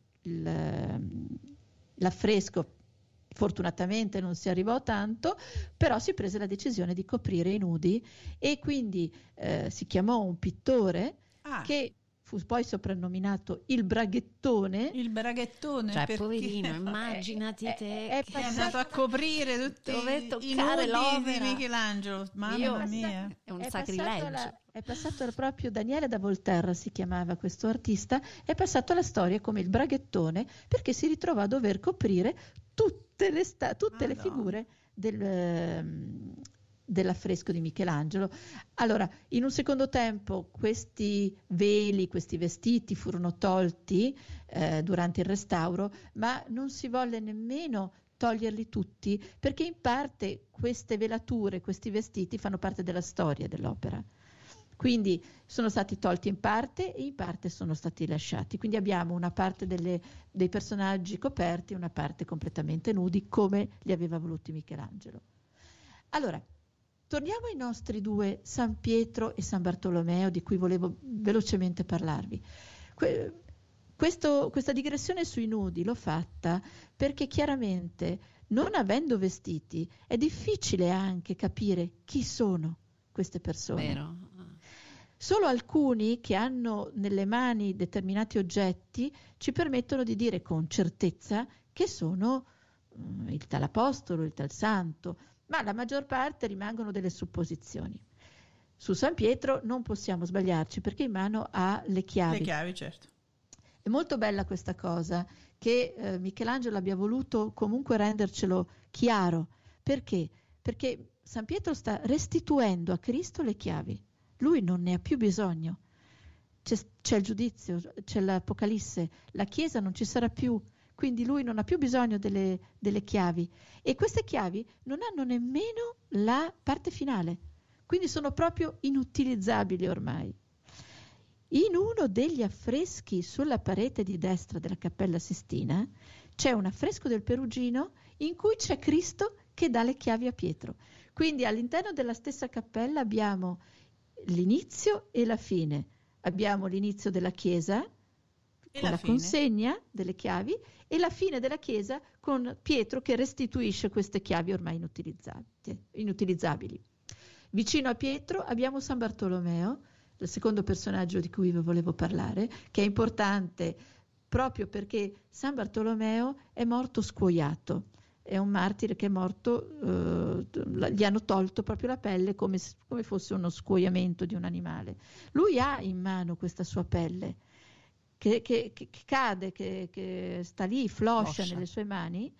l'affresco. Fortunatamente non si arrivò a tanto, però si prese la decisione di coprire i nudi e quindi si chiamò un pittore che fu poi soprannominato il Braghettone. Il Braghettone, cioè poverino, immaginati te che è andato a coprire tutti i nudi di Michelangelo. Mamma mia, è un sacrilegio. È passato proprio Daniele da Volterra, si chiamava questo artista, è passato alla storia come il Braghettone perché si ritrovò a dover coprire tutte le figure dell'affresco di Michelangelo. Allora, in un secondo tempo questi veli, questi vestiti furono tolti durante il restauro, ma non si volle nemmeno toglierli tutti, perché in parte queste velature, questi vestiti fanno parte della storia dell'opera. Quindi sono stati tolti in parte e in parte sono stati lasciati. Quindi abbiamo una parte dei personaggi coperti e una parte completamente nudi, come li aveva voluti Michelangelo. Allora, torniamo ai nostri due, San Pietro e San Bartolomeo, di cui volevo velocemente parlarvi. Questa digressione sui nudi l'ho fatta perché chiaramente, non avendo vestiti, è difficile anche capire chi sono queste persone. Vero. Solo alcuni che hanno nelle mani determinati oggetti ci permettono di dire con certezza che sono il tal apostolo, il tal santo, ma la maggior parte rimangono delle supposizioni. Su San Pietro non possiamo sbagliarci perché in mano ha le chiavi. Le chiavi, certo. È molto bella questa cosa, che Michelangelo abbia voluto comunque rendercelo chiaro. Perché? Perché San Pietro sta restituendo a Cristo le chiavi. Lui non ne ha più bisogno. C'è il giudizio, c'è l'Apocalisse, la Chiesa non ci sarà più, quindi lui non ha più bisogno delle chiavi. E queste chiavi non hanno nemmeno la parte finale, quindi sono proprio inutilizzabili ormai. In uno degli affreschi sulla parete di destra della Cappella Sistina c'è un affresco del Perugino in cui c'è Cristo che dà le chiavi a Pietro. Quindi all'interno della stessa cappella abbiamo l'inizio e la fine. Abbiamo l'inizio della Chiesa con la consegna delle chiavi e la fine della Chiesa con Pietro che restituisce queste chiavi ormai inutilizzabili. Vicino a Pietro abbiamo San Bartolomeo, il secondo personaggio di cui vi volevo parlare, che è importante proprio perché San Bartolomeo è morto scuoiato. È un martire che è morto, gli hanno tolto proprio la pelle come fosse uno scuoiamento di un animale. Lui ha in mano questa sua pelle che cade, che sta lì, floscia nelle sue mani,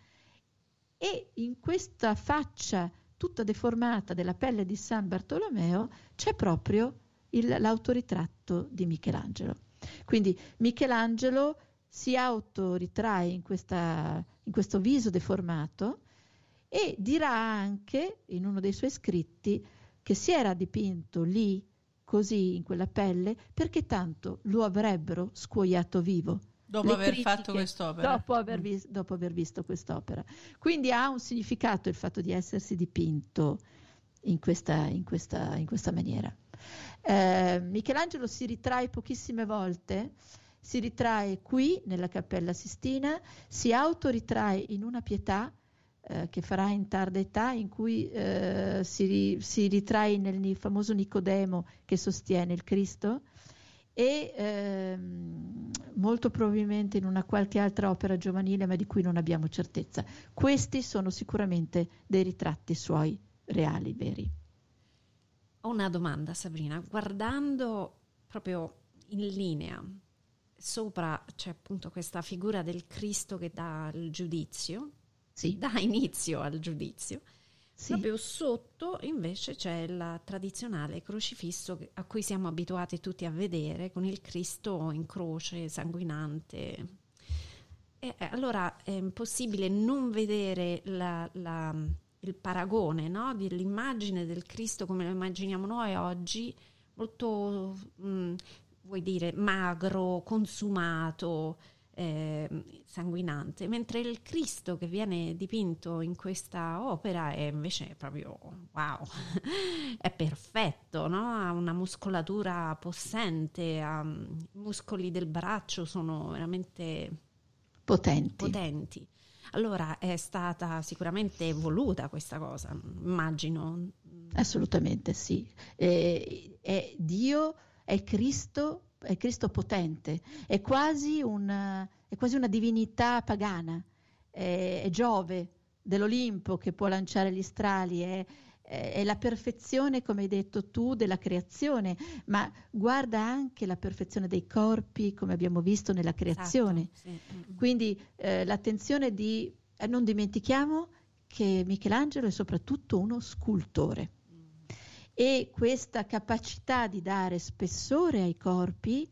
e in questa faccia tutta deformata della pelle di San Bartolomeo c'è proprio l'autoritratto di Michelangelo. Quindi Michelangelo si autoritrae in questo viso deformato e dirà anche in uno dei suoi scritti che si era dipinto lì così in quella pelle perché tanto lo avrebbero scuoiato vivo. Dopo aver fatto quest'opera. Dopo aver visto quest'opera. Quindi ha un significato il fatto di essersi dipinto in questa maniera. Michelangelo si ritrae pochissime volte. Si ritrae qui nella Cappella Sistina, si autoritrae in una pietà che farà in tarda età, in cui si ritrae nel famoso Nicodemo che sostiene il Cristo, e molto probabilmente in una qualche altra opera giovanile, ma di cui non abbiamo certezza. Questi sono sicuramente dei ritratti suoi reali, veri. Ho una domanda, Sabrina. Guardando proprio in linea, sopra c'è appunto questa figura del Cristo che dà il giudizio, dà inizio al giudizio. Proprio sotto invece c'è il tradizionale crocifisso a cui siamo abituati tutti a vedere, con il Cristo in croce, sanguinante. E allora è impossibile non vedere il paragone, no? Dell'immagine del Cristo come lo immaginiamo noi oggi, molto... vuoi dire magro, consumato, sanguinante, mentre il Cristo che viene dipinto in questa opera è invece proprio wow, è perfetto, no? Ha una muscolatura possente, i muscoli del braccio sono veramente potenti. Allora è stata sicuramente voluta questa cosa, immagino. Assolutamente sì. È Dio. È Cristo potente, è quasi una divinità pagana, è Giove dell'Olimpo che può lanciare gli strali, è la perfezione, come hai detto tu, della creazione, ma guarda anche la perfezione dei corpi, come abbiamo visto nella creazione. Esatto, sì. Quindi l'attenzione non dimentichiamo che Michelangelo è soprattutto uno scultore. E questa capacità di dare spessore ai corpi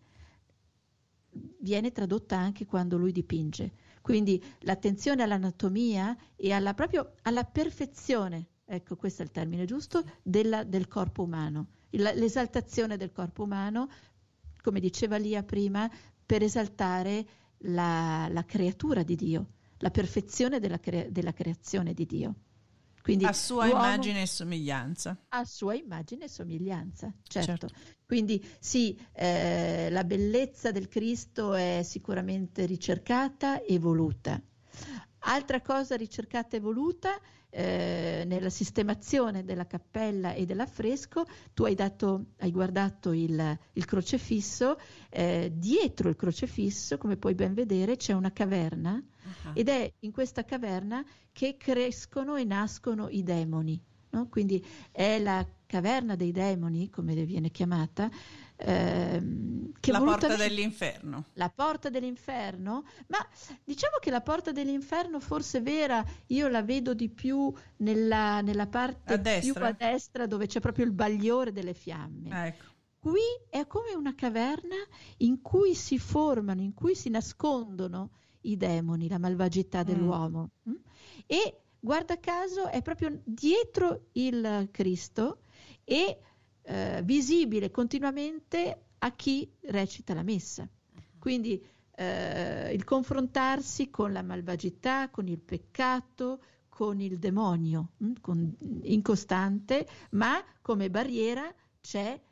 viene tradotta anche quando lui dipinge. Quindi l'attenzione all'anatomia e proprio alla perfezione, ecco, questo è il termine giusto, del corpo umano. L'esaltazione del corpo umano, come diceva Lia prima, per esaltare la creatura di Dio, la perfezione della creazione di Dio. Quindi a sua immagine e somiglianza. A sua immagine e somiglianza, certo. Quindi sì, la bellezza del Cristo è sicuramente ricercata e voluta. Altra cosa ricercata e voluta nella sistemazione della cappella e dell'affresco, tu hai guardato il crocefisso, dietro il crocefisso, come puoi ben vedere, c'è una caverna, ed è in questa caverna che crescono e nascono i demoni, no? Quindi è la caverna dei demoni, come viene chiamata, che la porta dell'inferno. La porta dell'inferno, ma diciamo che la porta dell'inferno forse vera, io la vedo di più nella parte più a destra, dove c'è proprio il bagliore delle fiamme. Ecco. Qui è come una caverna in cui si formano, in cui si nascondono i demoni, la malvagità dell'uomo. E guarda caso è proprio dietro il Cristo e visibile continuamente a chi recita la messa. Quindi il confrontarsi con la malvagità, con il peccato, con il demonio, incostante, ma come barriera c'è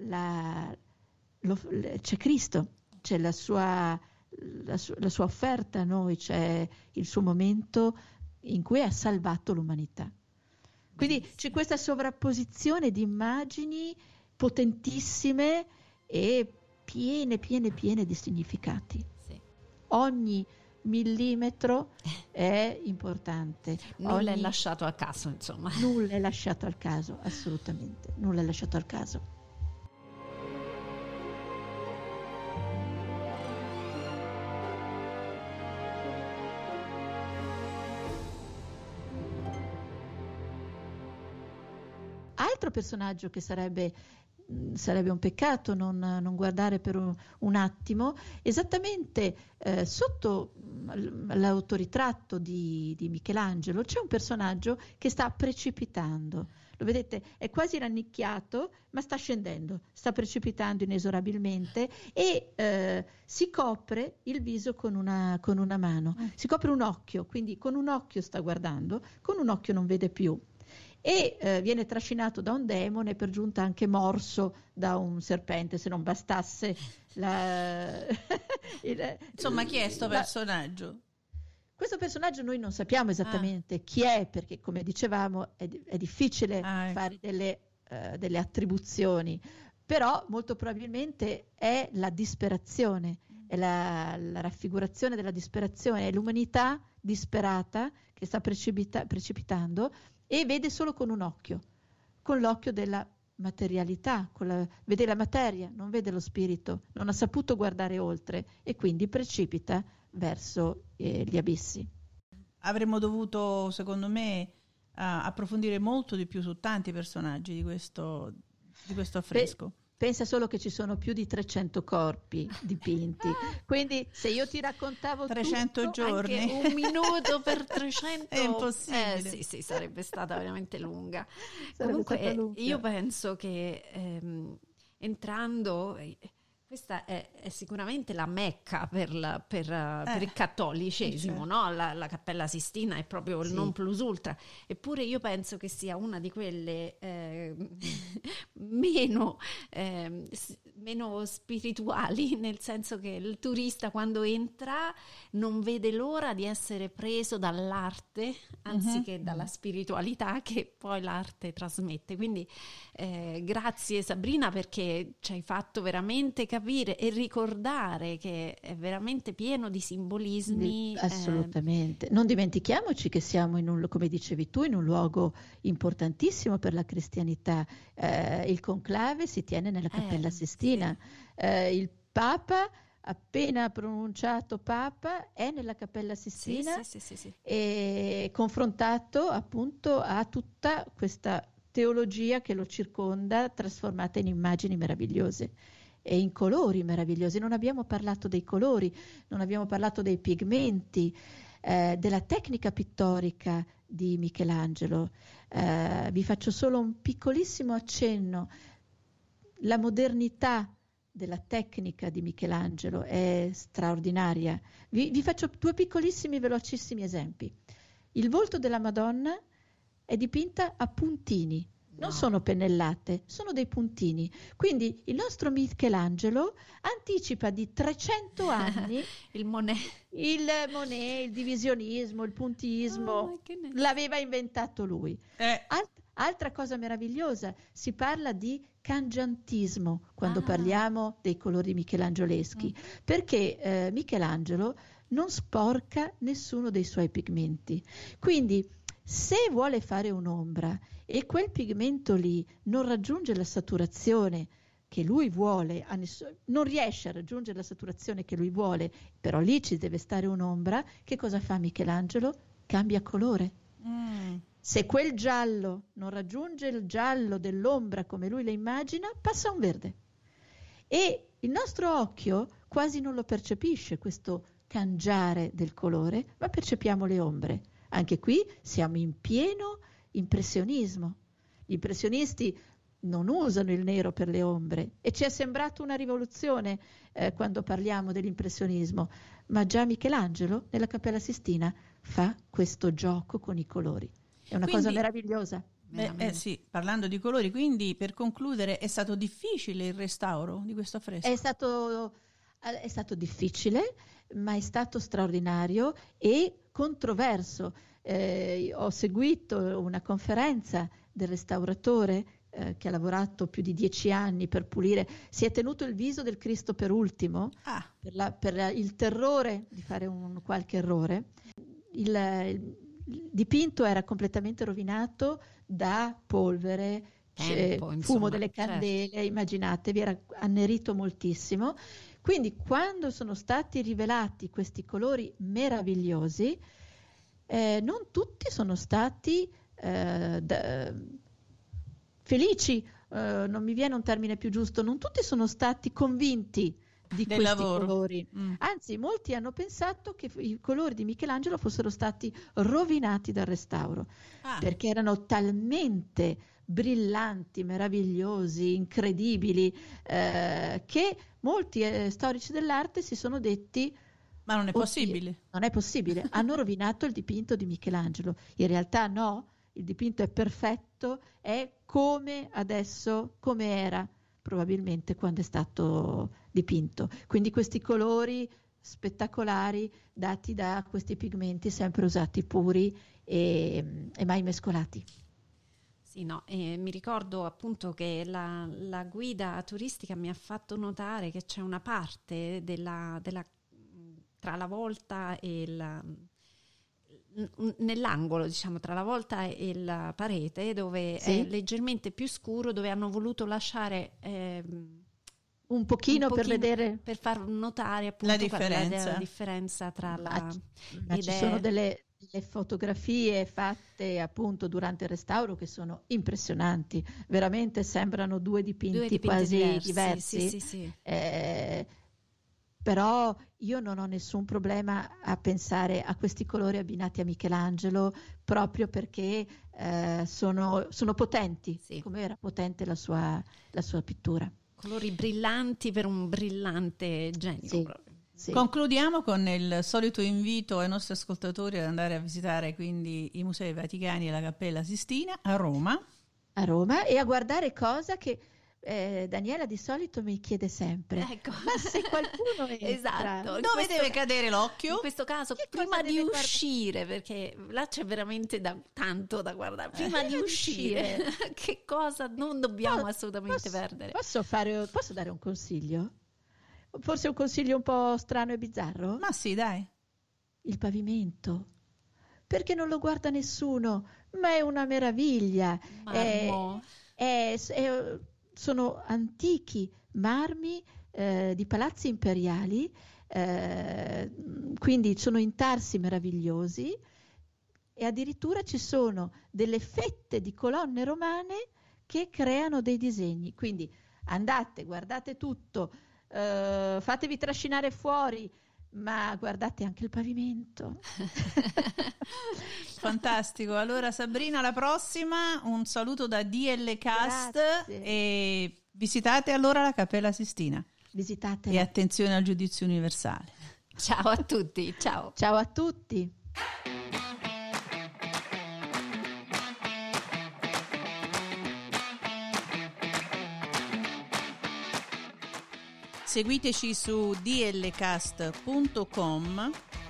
c'è Cristo, c'è la sua offerta a noi, c'è il suo momento in cui ha salvato l'umanità. Quindi c'è questa sovrapposizione di immagini potentissime e piene di significati. Sì. Ogni millimetro è importante. Nulla è lasciato al caso, insomma. Nulla è lasciato al caso, assolutamente. Nulla è lasciato al caso. Altro personaggio che sarebbe un peccato non guardare per un attimo, esattamente sotto l'autoritratto di Michelangelo c'è un personaggio che sta precipitando. Lo vedete? È quasi rannicchiato, ma sta scendendo, sta precipitando inesorabilmente e si copre il viso con una mano. Si copre un occhio, quindi con un occhio sta guardando, con un occhio non vede più. E viene trascinato da un demone, per giunta anche morso da un serpente, se non bastasse insomma, chi è sto personaggio? Questo personaggio noi non sappiamo esattamente chi è, perché come dicevamo è difficile fare delle attribuzioni, però molto probabilmente è la disperazione, è la raffigurazione della disperazione, è l'umanità disperata che sta precipitando e vede solo con un occhio, con l'occhio della materialità, vede la materia, non vede lo spirito, non ha saputo guardare oltre e quindi precipita verso gli abissi. Avremmo dovuto, secondo me, approfondire molto di più su tanti personaggi di questo affresco. Pensa solo che ci sono più di 300 corpi dipinti, quindi se io ti raccontavo 300 tutto, giorni, anche un minuto per 300 è impossibile. Sì, sarebbe stata veramente lunga. Sarebbe Comunque lunga. io penso che entrando, questa è sicuramente la Mecca per il cattolicesimo, certo. no? La Cappella Sistina è proprio il non plus ultra, eppure io penso che sia una di quelle meno spirituali, nel senso che il turista quando entra non vede l'ora di essere preso dall'arte anziché dalla spiritualità che poi l'arte trasmette. Quindi grazie Sabrina, perché ci hai fatto veramente capire e ricordare che è veramente pieno di simbolismi. Assolutamente. Non dimentichiamoci che siamo come dicevi tu, in un luogo importantissimo per la cristianità. Il conclave si tiene nella Cappella Sistina. Sì. Il Papa, appena pronunciato Papa, è nella Cappella Sistina sì. E confrontato appunto a tutta questa teologia che lo circonda, trasformata in immagini meravigliose e in colori meravigliosi. Non abbiamo parlato dei colori, non abbiamo parlato dei pigmenti, della tecnica pittorica di Michelangelo. Vi faccio solo un piccolissimo accenno. La modernità della tecnica di Michelangelo è straordinaria. Vi faccio due piccolissimi, velocissimi esempi. Il volto della Madonna è dipinta a puntini. Non sono pennellate, sono dei puntini. Quindi il nostro Michelangelo anticipa di 300 anni il Monet, il divisionismo, il puntismo. L'aveva inventato lui. Altra cosa meravigliosa, si parla di cangiantismo quando parliamo dei colori michelangioleschi, perché Michelangelo non sporca nessuno dei suoi pigmenti. Quindi se vuole fare un'ombra e quel pigmento lì non raggiunge la saturazione che lui vuole, non riesce a raggiungere la saturazione che lui vuole, però lì ci deve stare un'ombra, che cosa fa Michelangelo? Cambia colore. Se quel giallo non raggiunge il giallo dell'ombra come lui la immagina, passa a un verde. E il nostro occhio quasi non lo percepisce questo cangiare del colore, ma percepiamo le ombre. Anche qui siamo in pieno impressionismo. Gli impressionisti non usano il nero per le ombre e ci è sembrato una rivoluzione quando parliamo dell'impressionismo, ma già Michelangelo nella Cappella Sistina fa questo gioco con i colori. È una cosa meravigliosa. Sì, parlando di colori, quindi per concludere è stato difficile il restauro di questo affresco? È stato difficile, ma è stato straordinario e controverso. Ho seguito una conferenza del restauratore che ha lavorato più di 10 anni per pulire, si è tenuto il viso del Cristo per ultimo, per il terrore di fare un qualche errore. Il dipinto era completamente rovinato da polvere, fumo delle candele, certo. Immaginatevi, era annerito moltissimo. Quindi quando sono stati rivelati questi colori meravigliosi, non tutti sono stati felici, non mi viene un termine più giusto, non tutti sono stati convinti di questi colori. Anzi, molti hanno pensato che i colori di Michelangelo fossero stati rovinati dal restauro, perché erano talmente brillanti, meravigliosi, incredibili, che molti storici dell'arte si sono detti: ma non è possibile. Non è possibile, hanno rovinato il dipinto di Michelangelo. In realtà no, il dipinto è perfetto, è come adesso, come era probabilmente quando è stato dipinto. Quindi questi colori spettacolari dati da questi pigmenti sempre usati puri e mai mescolati. Sì, no, mi ricordo appunto che la guida turistica mi ha fatto notare che c'è una parte tra la volta e nell'angolo, diciamo, tra la volta e la parete, dove è leggermente più scuro, dove hanno voluto lasciare un pochino per vedere, per far notare appunto la differenza tra ma ci sono delle fotografie fatte appunto durante il restauro che sono impressionanti, veramente sembrano due dipinti quasi diversi. Sì. Però io non ho nessun problema a pensare a questi colori abbinati a Michelangelo, proprio perché sono potenti, come era potente la sua pittura. Colori brillanti per un brillante genio. Sì. Concludiamo con il solito invito ai nostri ascoltatori ad andare a visitare quindi i Musei Vaticani e la Cappella Sistina a Roma. E a guardare cosa che Daniela di solito mi chiede sempre, ecco. Ma se qualcuno entra, esatto, dove deve cadere l'occhio? In questo caso prima di uscire, perché là c'è veramente tanto da guardare, prima di uscire che cosa non dobbiamo assolutamente perdere. Posso dare un consiglio? Forse un consiglio un po' strano e bizzarro? Ma sì, dai. Il pavimento, perché non lo guarda nessuno, ma è una meraviglia. Marmo. Sono antichi marmi di palazzi imperiali, quindi sono intarsi meravigliosi, e addirittura ci sono delle fette di colonne romane che creano dei disegni. Quindi andate, guardate tutto, fatevi trascinare fuori, ma guardate anche il pavimento. Fantastico. Allora Sabrina, alla prossima, un saluto da DL Cast. Grazie. E visitate allora la Cappella Sistina. Visitate. E attenzione al giudizio universale. Ciao a tutti. Ciao a tutti. Seguiteci su dlcast.com,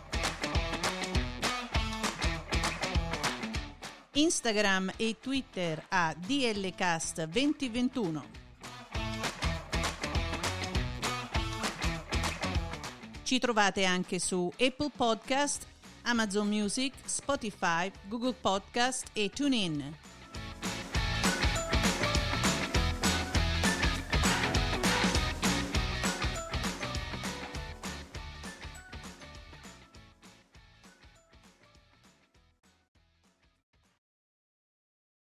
Instagram e Twitter a dlcast2021. Ci trovate anche su Apple Podcast, Amazon Music, Spotify, Google Podcast e TuneIn.